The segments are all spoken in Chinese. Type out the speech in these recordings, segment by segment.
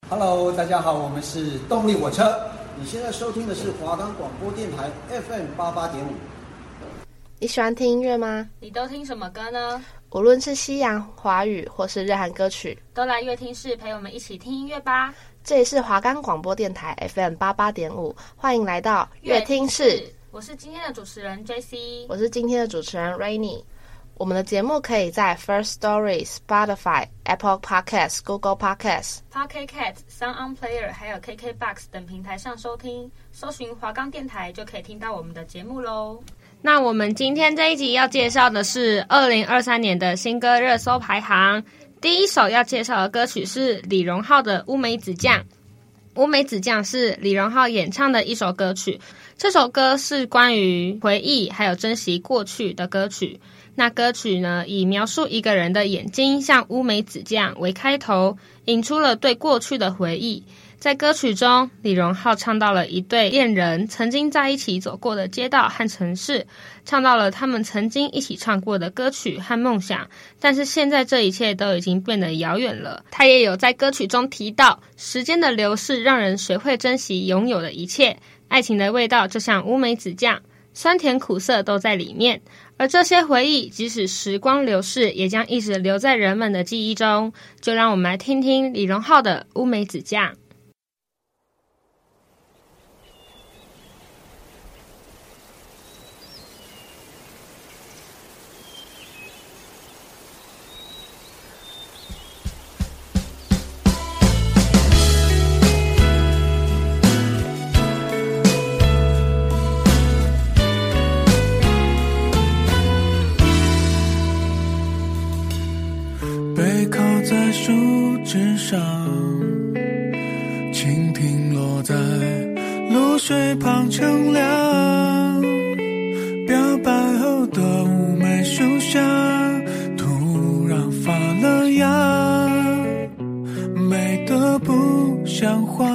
Hello， 大家好，我们是动力火车。 你现在收听的是华冈广播电台 FM88.5。 你喜欢听音乐吗？ 你都听什么歌呢？ 无论是西洋、华语或是日韩歌曲， 都来乐听室陪我们一起听音乐吧。 这里是华冈广播电台 FM88.5，欢迎来到乐听室。 我是今天的主持人 JC， 我是今天的主持人 Rainy。我们的节目可以在 First Story、Spotify、Apple Podcasts、Google Podcasts、Pocket Cast、Sound On Player 还有 KKBOX 等平台上收听，搜寻华冈电台就可以听到我们的节目咯。那我们今天这一集要介绍的是2023年的新歌热搜排行。第一首要介绍的歌曲是李荣浩的《乌梅子酱》。《乌梅子酱》是李荣浩演唱的一首歌曲，这首歌是关于回忆还有珍惜过去的歌曲。那歌曲呢，以描述一个人的眼睛像乌梅子酱为开头，引出了对过去的回忆。在歌曲中，李荣浩唱到了一对恋人曾经在一起走过的街道和城市，唱到了他们曾经一起唱过的歌曲和梦想，但是现在这一切都已经变得遥远了。他也有在歌曲中提到，时间的流逝让人学会珍惜拥有的一切，爱情的味道就像乌梅子酱，酸甜苦涩都在里面，而这些回忆即使时光流逝，也将一直留在人们的记忆中。就让我们来听听李荣浩的乌梅子酱。 在树枝上，蜻蜓落在露水旁乘凉，表白后的乌梅树下，突然发了芽，美得不像话。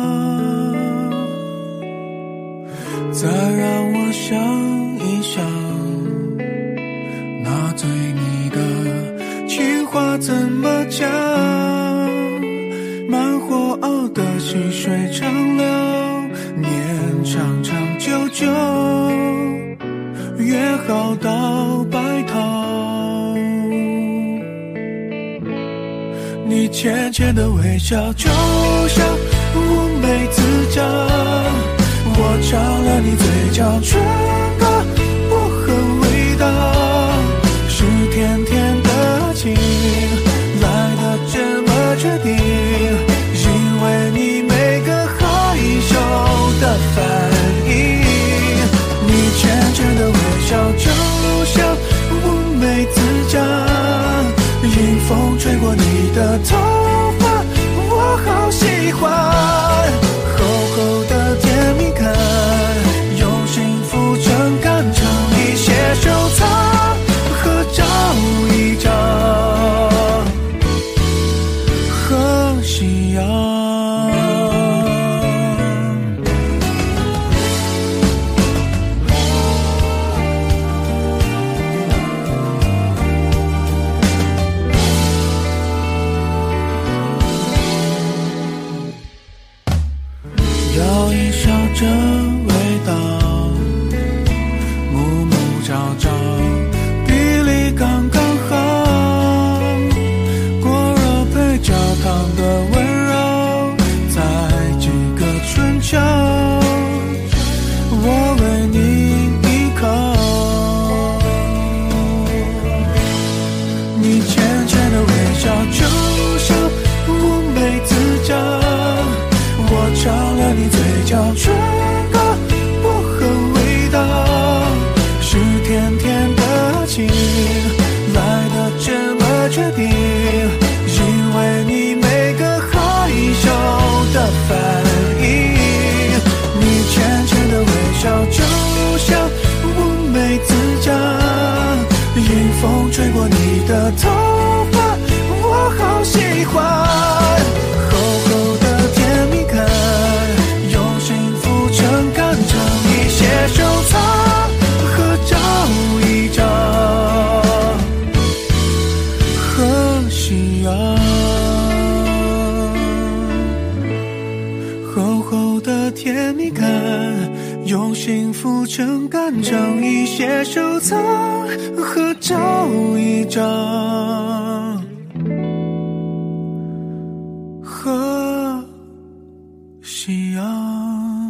再让我想一想，那对你的情话怎么讲？慢火熬的细水长流，年长长久久，约好到白头。你浅浅的微笑就像乌梅子酱，我尝了你嘴角唇的薄荷味道，是甜甜的情来得这么确定，因为你每个害羞的反应。你浅浅的微笑就像乌梅子酱，迎风吹过你的头发，我好喜欢厚厚的甜蜜感，用幸福撑干成一些收藏，合照一张，和夕阳。摇一笑这味道，暮暮朝朝，比例刚刚好，果肉配焦糖的温柔，在几个春秋，我为你一口。你浅浅的微笑就像乌梅子酱，我尝了你嘴角唇的薄荷味道，是甜甜的情来得这么确定，因为你每个害羞的反应。你浅浅的微笑就像乌梅子酱，迎风吹过你的头发，我好喜欢厚厚的甜蜜感，用幸福撑干成一些收藏，合照一张，和夕阳。 甜蜜感，用幸福撑杆，将一些收藏合照一张，和夕阳。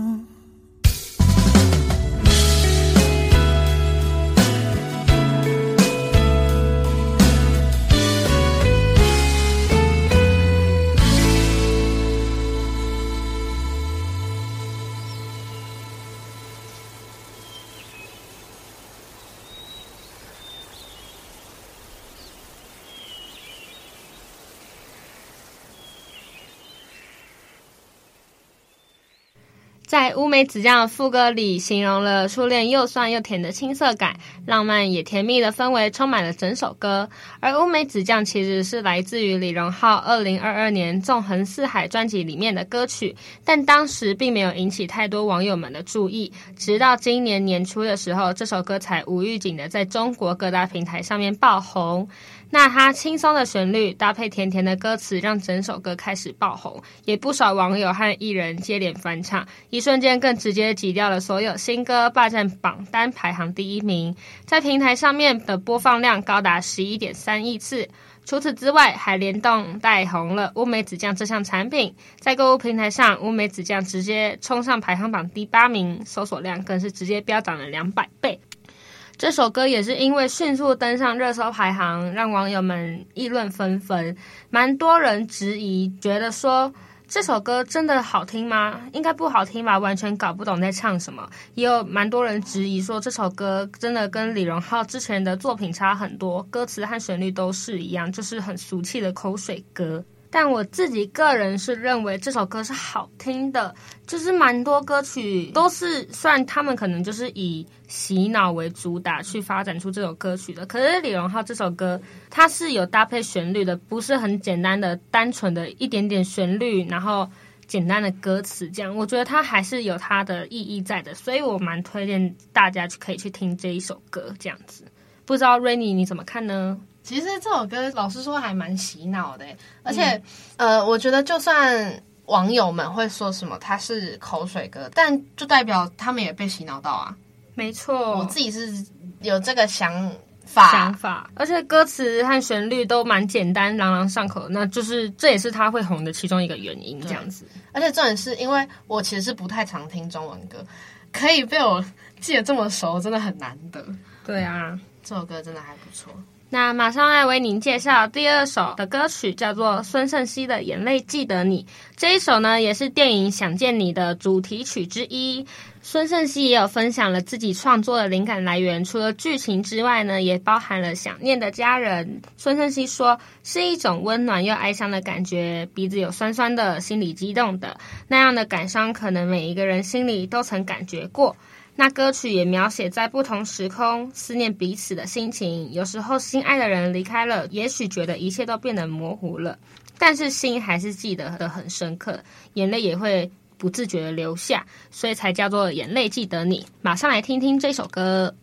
在乌梅子酱的副歌里，形容了初恋又酸又甜的青涩感，浪漫也甜蜜的氛围充满了整首歌。而乌梅子酱其实是来自于李荣浩2022年《纵横四海》专辑里面的歌曲，但当时并没有引起太多网友们的注意，直到今年年初的时候，这首歌才无预警的在中国各大平台上面爆红。那它轻松的旋律搭配甜甜的歌词，让整首歌开始爆红，也不少网友和艺人接连翻唱，一瞬间更直接挤掉了所有新歌，霸占榜单排行第1名，在平台上面的播放量高达 11.3 亿次。除此之外，还联动带红了乌梅子酱这项产品，在购物平台上，乌梅子酱直接冲上排行榜第8名，搜索量更是直接飙涨了200倍。这首歌也是因为迅速登上热搜排行，让网友们议论纷纷，蛮多人质疑，觉得说这首歌真的好听吗？应该不好听吧，完全搞不懂在唱什么。也有蛮多人质疑说这首歌真的跟李荣浩之前的作品差很多，歌词和旋律都是一样，就是很俗气的口水歌。但我自己个人是认为这首歌是好听的，就是蛮多歌曲都是，虽然他们可能就是以洗脑为主打去发展出这首歌曲的，可是李荣浩这首歌它是有搭配旋律的，不是很简单的单纯的一点点旋律然后简单的歌词这样，我觉得它还是有它的意义在的，所以我蛮推荐大家可以去听这一首歌这样子。不知道 Rainy 你怎么看呢？ 其实这首歌老实说还蛮洗脑的，而且我觉得就算网友们会说什么它是口水歌，但就代表他们也被洗脑到啊。 没错， 我自己是有这个想法， 而且歌词和旋律都蛮简单朗朗上口，那就是这也是他会红的其中一个原因这样子。 而且重点是因为我其实是不太常听中文歌，可以被我记得这么熟真的很难得。 对啊， 这首歌真的还不错。 那马上来为您介绍第2首的歌曲，叫做孙盛希的《眼泪记得你》。这一首呢，也是电影《想见你》的主题曲之一。孙盛希也有分享了自己创作的灵感来源，除了剧情之外呢，也包含了想念的家人。孙盛希说，是一种温暖又哀伤的感觉，鼻子有酸酸的，心里激动的，那样的感伤可能每一个人心里都曾感觉过。那歌曲也描写在不同时空思念彼此的心情，有时候心爱的人离开了，也许觉得一切都变得模糊了，但是心还是记得的很深刻，眼泪也会不自觉的流下，所以才叫做眼泪记得你。马上来听听这首歌。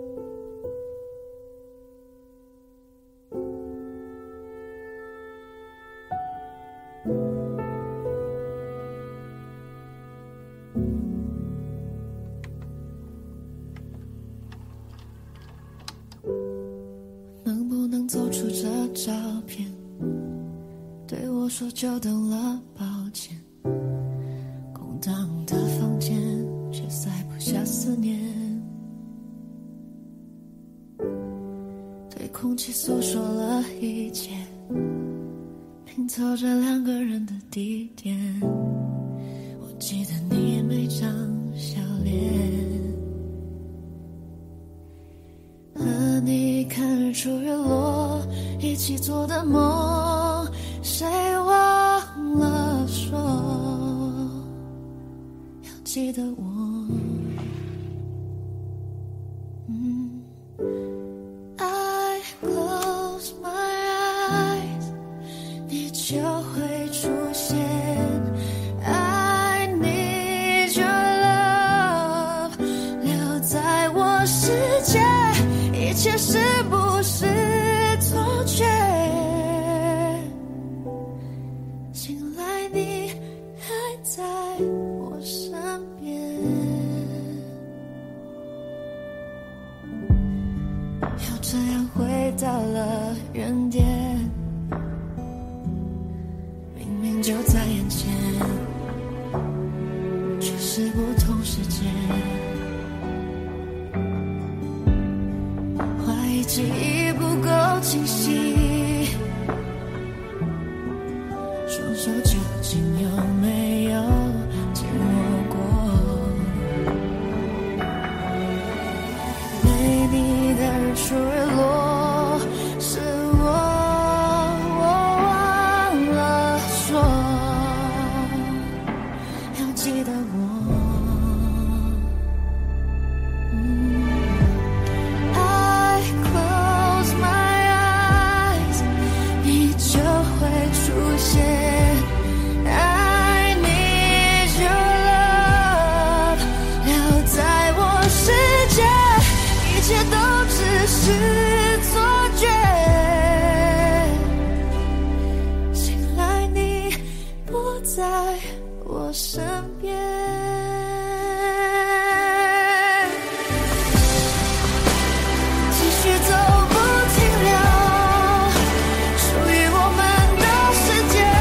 能不能走出这照片，对我说久等了抱歉，空荡的房间却塞不下思念，对空气诉说了一切，拼凑着2个人的地点，我记得你每张笑脸，和你看日出日落一起做的梦，谁忘了说要记得我。I close my eyes， 你就会出现。I need your love， 留在我世界，一切是不是错觉？醒来你还在我身在我身边。继续走不停留，属于我们的世界。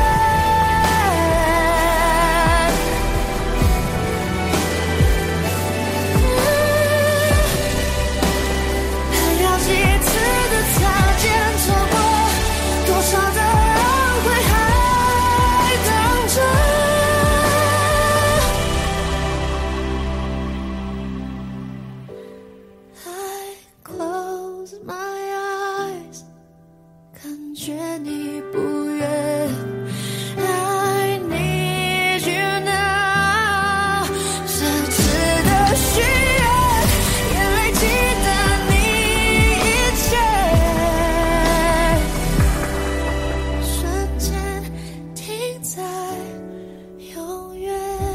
还要几次的擦肩，错过多少的轮回还等着。I close my eyes， 感觉你不远。I need you now， 这次的许愿，眼泪记得你一切，瞬间停在永远。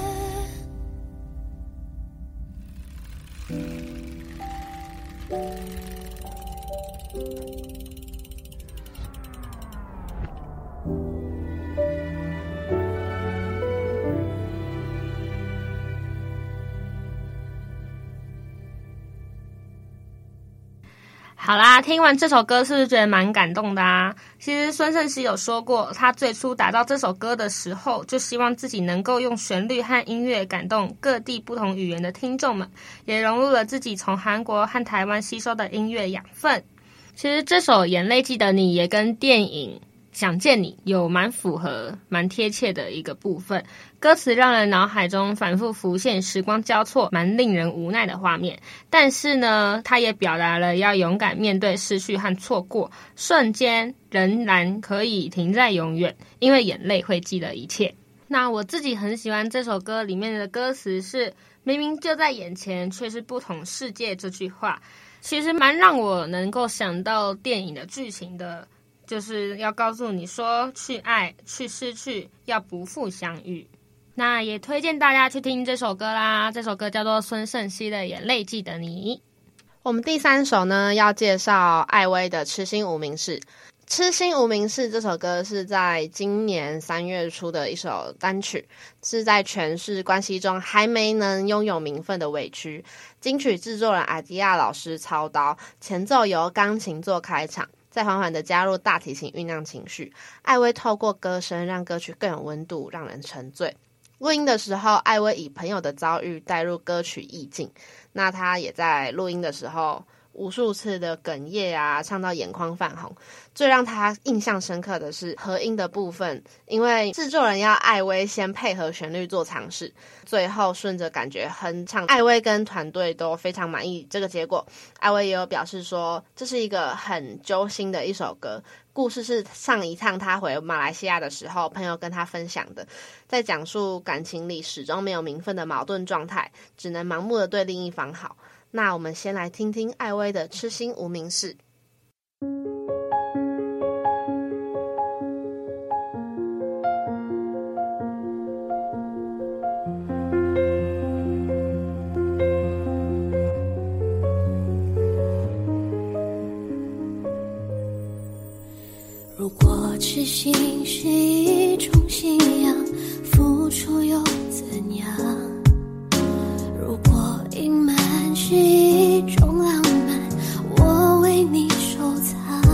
好啦，听完这首歌是不是觉得蛮感动的啊？其实孙盛希有说过，他最初打造这首歌的时候，就希望自己能够用旋律和音乐感动各地不同语言的听众们，也融入了自己从韩国和台湾吸收的音乐养分。其实这首《眼泪记得你》也跟电影想见你有蛮符合蛮贴切的一个部分，歌词让人脑海中反复浮现时光交错蛮令人无奈的画面，但是呢它也表达了要勇敢面对失去和错过，瞬间仍然可以停在永远，因为眼泪会记得一切。那我自己很喜欢这首歌里面的歌词是明明就在眼前却是不同世界，这句话其实蛮让我能够想到电影的剧情的，就是要告诉你说去爱去失去要不负相遇。那也推荐大家去听这首歌啦，这首歌叫做孙盛希的《眼泪记得你》。 我们第三首呢要介绍艾薇的《痴心无名氏》。《痴心无名氏》这首歌是在今年3月出的一首单曲，是在诠释关系中还没能拥有名分的委屈。金曲制作人艾迪亚老师操刀，前奏由钢琴做开场，再缓缓的加入大提琴酝酿情绪。艾薇透过歌声让歌曲更有温度，让人沉醉。录音的时候，艾薇以朋友的遭遇带入歌曲意境，那她也在录音的时候无数次的哽咽啊，唱到眼眶泛红。最让他印象深刻的是和音的部分，因为制作人要艾薇先配合旋律做尝试，最后顺着感觉哼唱。艾薇跟团队都非常满意这个结果。艾薇也有表示说，这是一个很揪心的一首歌，故事是上一趟他回马来西亚的时候，朋友跟他分享的，在讲述感情里始终没有名分的矛盾状态，只能盲目的对另一方好。那我们先来听听艾薇的《痴心无名氏》。 如果痴心是一种信仰，付出又怎样？如果隐瞒是一种浪漫，我为你收藏。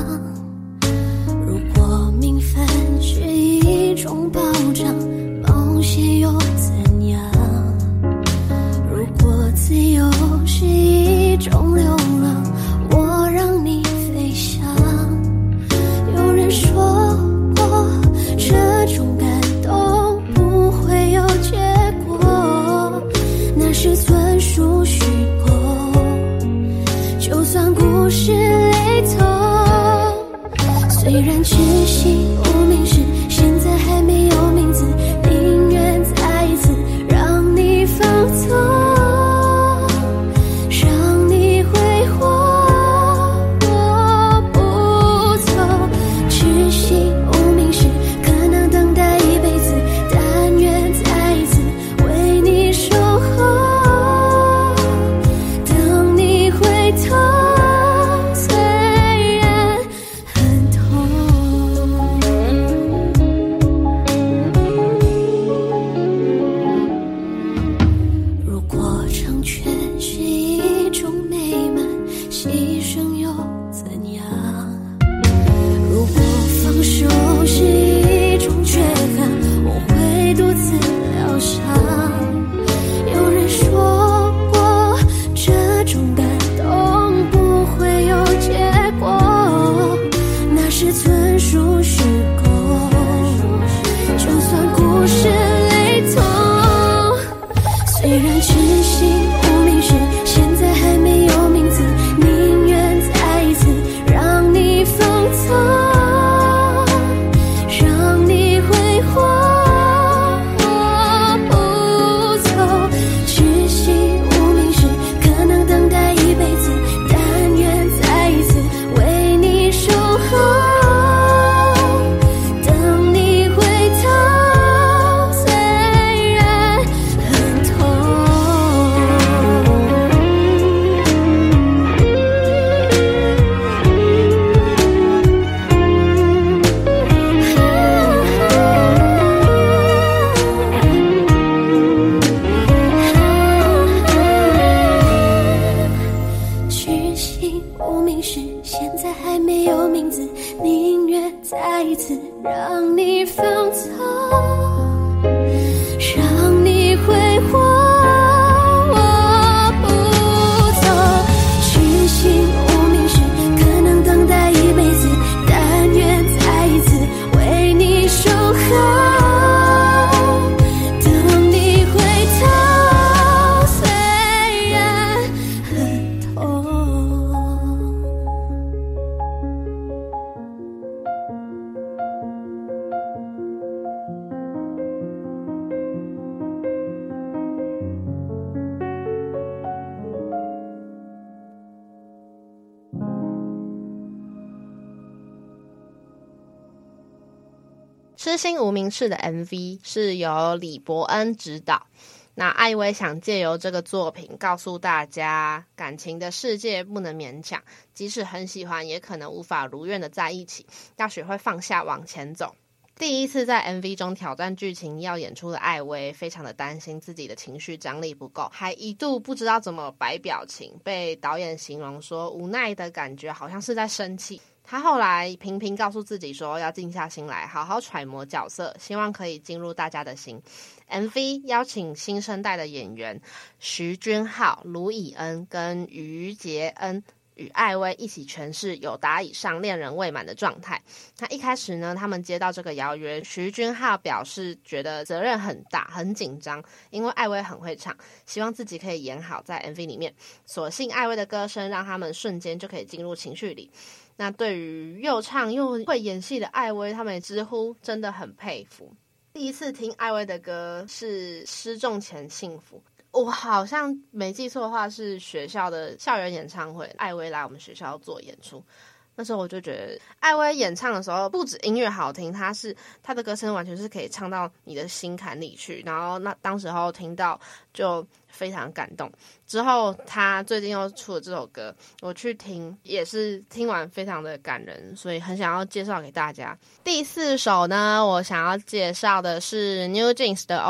痴心无名氏的 MV 是由李伯恩执导。那艾薇想借由这个作品告诉大家，感情的世界不能勉强，即使很喜欢也可能无法如愿的在一起，要学会放下往前走。第一次在 MV 中挑战剧情要演出的艾薇非常的担心自己的情绪张力不够，还一度不知道怎么摆表情，被导演形容说无奈的感觉好像是在生气。他后来频频告诉自己说要静下心来，好好揣摩角色，希望可以进入大家的心。MV 邀请新生代的演员徐君浩、卢以恩跟于杰恩与艾薇一起诠释有达以上恋人未满的状态。那一开始呢，他们接到这个邀约，徐君浩表示觉得责任很大，很紧张，因为艾薇很会唱，希望自己可以演好在 MV 里面。所幸艾薇的歌声让他们瞬间就可以进入情绪里。那对于又唱又会演戏的艾薇，他们也直呼真的很佩服。第一次听艾薇的歌是失重前幸福，我好像没记错的话是学校的校园演唱会，艾薇来我们学校做演出。那时候我就觉得艾薇演唱的时候不止音乐好听，她的歌声完全是可以唱到你的心坎里去，然后当时候听到就非常感动。之后她最近又出了这首歌，我去听也是听完非常的感人，所以很想要介绍给大家。第4首呢，我想要介绍的是 New Jeans 的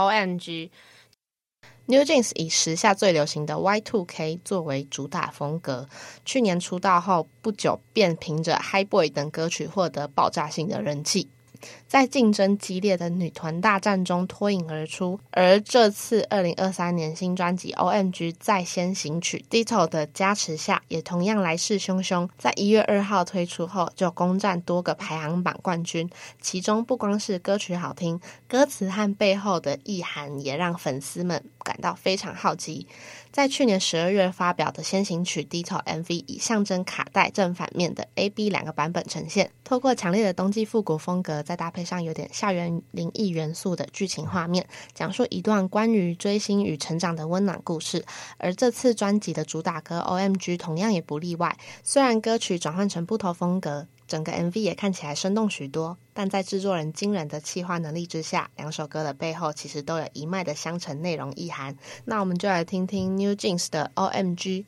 OMG。New Jeans 以时下最流行的 Y2K 作为主打风格，去年出道后不久便凭着 High Boy 等歌曲获得爆炸性的人气，在竞争激烈的女团大战中脱颖而出。而这次2023年新专辑 OMG 在先行曲 Ditto 的加持下，也同样来势汹汹，在1月2号推出后就攻占多个排行榜冠军。其中不光是歌曲好听，歌词和背后的意涵也让粉丝们感到非常好奇。在去年12月发表的先行曲 Ditto MV 以象征卡带正反面的 A、B 两个版本呈现，透过强烈的冬季复古风格，再搭配上有点校园灵异元素的剧情画面，讲述一段关于追星与成长的温暖故事。而这次专辑的主打歌 OMG 同样也不例外，虽然歌曲转换成不同风格，整个 MV 也看起来生动许多，但在制作人惊人的企划能力之下，两首歌的背后其实都有一脉的相承内容意涵。那我们就来听听 New Jeans 的 OMG。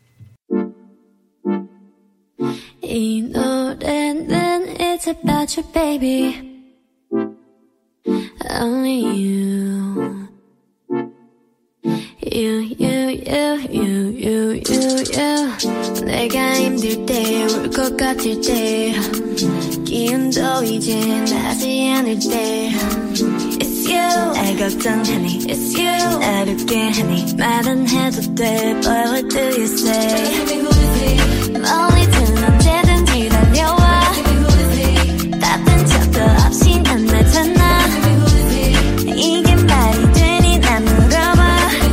이 노래는 It's about you baby Only you You 내가 힘들 때 울 것 같을 때 기운도 이제 나지 않을 때 It's you 날 걱정하니 It's you 날 웃게 하니 말은 해도 돼 Boy what do you say 멀리든 언제든지 달려와 바쁜 척도 없이 난 나타나 이게 말이 되니 난 물어봐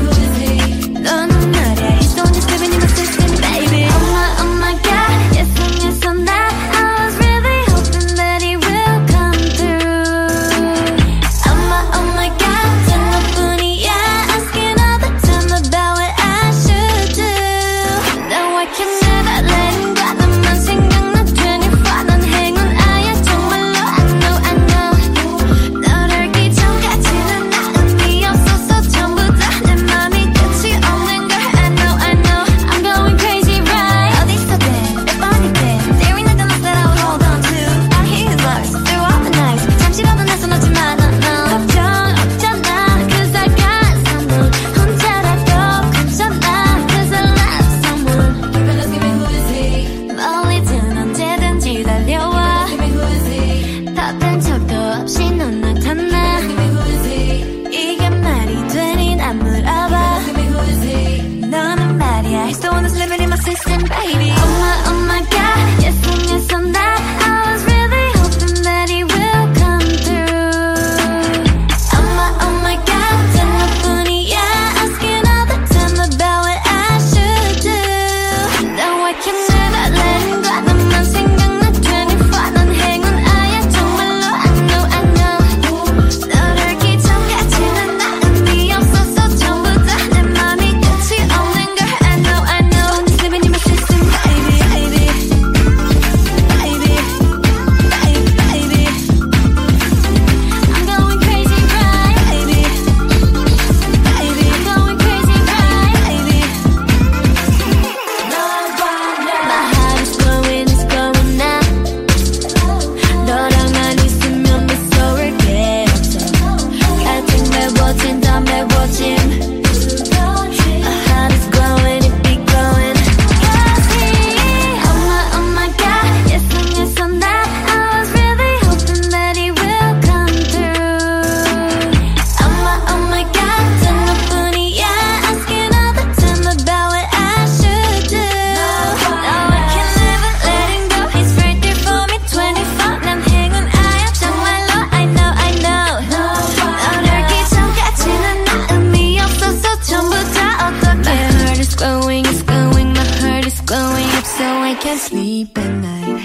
너는 말야 You don't just live in my system baby Oh my god Yes I'm not I was really hoping that it will come through Oh my god 전 너뿐이야 Asking all the time about what I should do No I can never let him go can't sleep at night.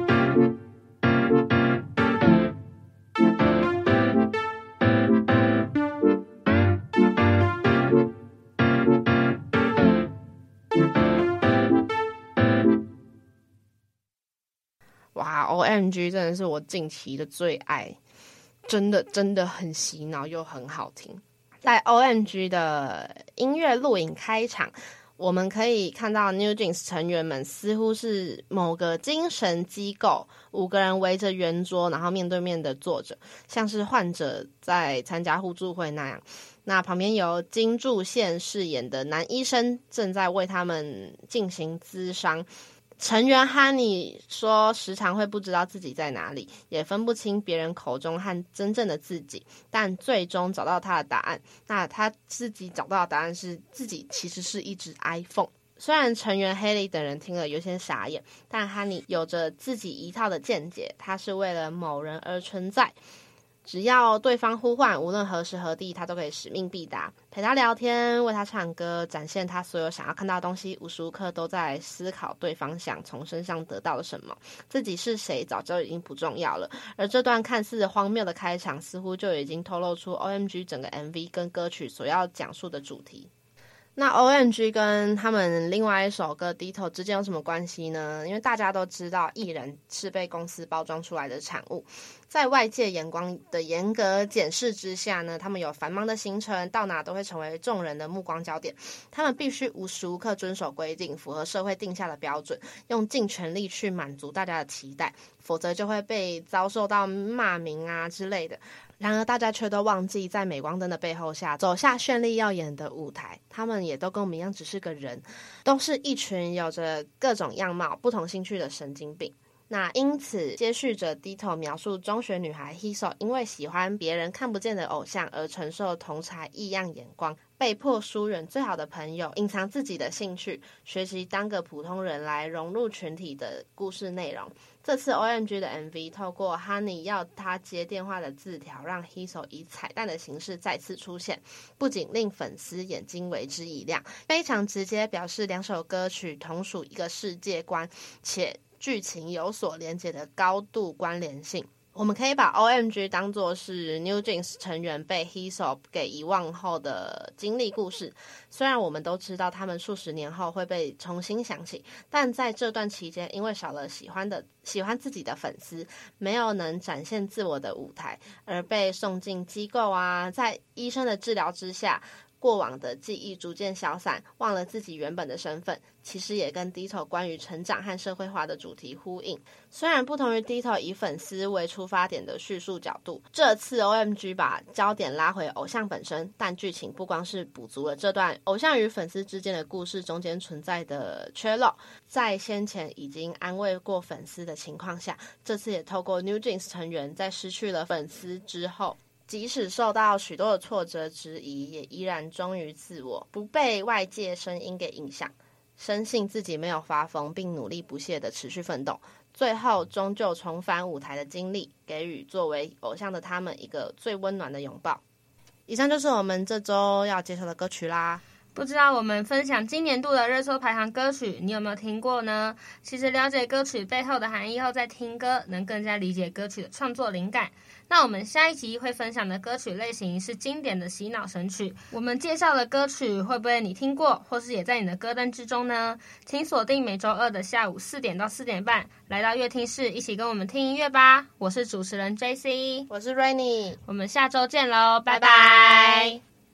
哇 OMG 真的是我近期的最爱，真的很洗脑又很好听。在 OMG 的音乐录影开场，我们可以看到 NewJeans 成员们似乎是某个精神机构，5个人围着圆桌，然后面对面的坐着，像是患者在参加互助会那样。那旁边由金柱宪饰演的男医生正在为他们进行咨商。成员 Honey 说时常会不知道自己在哪里，也分不清别人口中和真正的自己，但最终找到他的答案。那他自己找到的答案是自己其实是一只 iPhone。虽然成员 Haley 等人听了有些傻眼，但 Honey 有着自己一套的见解，他是为了某人而存在，只要对方呼唤，无论何时何地，他都可以使命必达，陪他聊天，为他唱歌，展现他所有想要看到的东西，无时无刻都在思考对方想从身上得到了什么，自己是谁早就已经不重要了。而这段看似荒谬的开场，似乎就已经透露出 OMG 整个 MV 跟歌曲所要讲述的主题。那 OMG 跟他们另外一首歌 Ditto 之间有什么关系呢？因为大家都知道艺人是被公司包装出来的产物，在外界眼光的严格检视之下呢，他们有繁忙的行程，到哪都会成为众人的目光焦点，他们必须无时无刻遵守规定，符合社会定下的标准，用尽全力去满足大家的期待，否则就会被遭受到骂名啊之类的。然而大家却都忘记，在镁光灯的背后下走下绚丽耀眼的舞台，他们也都跟我们一样只是个人，都是一群有着各种样貌不同兴趣的神经病。那因此接续着 Ditto 描述中学女孩 Hiso 因为喜欢别人看不见的偶像而承受同侪异样眼光，被迫疏远最好的朋友，隐藏自己的兴趣，学习当个普通人来融入群体的故事内容。这次 OMG 的 MV 透过 Honey 要他接电话的字条，让 Hiso 以彩蛋的形式再次出现，不仅令粉丝眼睛为之一亮，非常直接表示两首歌曲同属一个世界观，且剧情有所连结的高度关联性。我们可以把 OMG 当作是 NewJeans 成员被 Hiso 给遗忘后的经历故事，虽然我们都知道他们数十年后会被重新想起，但在这段期间因为少了喜欢自己的粉丝，没有能展现自我的舞台，而被送进机构啊，在医生的治疗之下，过往的记忆逐渐消散，忘了自己原本的身份，其实也跟 Ditto 关于成长和社会化的主题呼应。虽然不同于 Ditto 以粉丝为出发点的叙述角度，这次 OMG 把焦点拉回偶像本身，但剧情不光是补足了这段偶像与粉丝之间的故事中间存在的缺漏，在先前已经安慰过粉丝的情况下，这次也透过 NewJeans 成员在失去了粉丝之后，即使受到许多的挫折质疑，也依然忠于自我，不被外界声音给影响，深信自己没有发疯，并努力不懈的持续奋斗，最后终究重返舞台的经历，给予作为偶像的他们一个最温暖的拥抱。以上就是我们这周要介绍的歌曲啦。 不知道我们分享今年度的热搜排行歌曲，你有没有听过呢？其实了解歌曲背后的含义后再听歌，能更加理解歌曲的创作灵感。那我们下一集会分享的歌曲类型是经典的洗脑神曲，我们介绍的歌曲会不会你听过，或是也在你的歌单之中呢？请锁定每周二的下午4点到4点半，来到乐听室一起跟我们听音乐吧。我是主持人 JC， 我是 Rainy， 我们下周见咯，拜拜。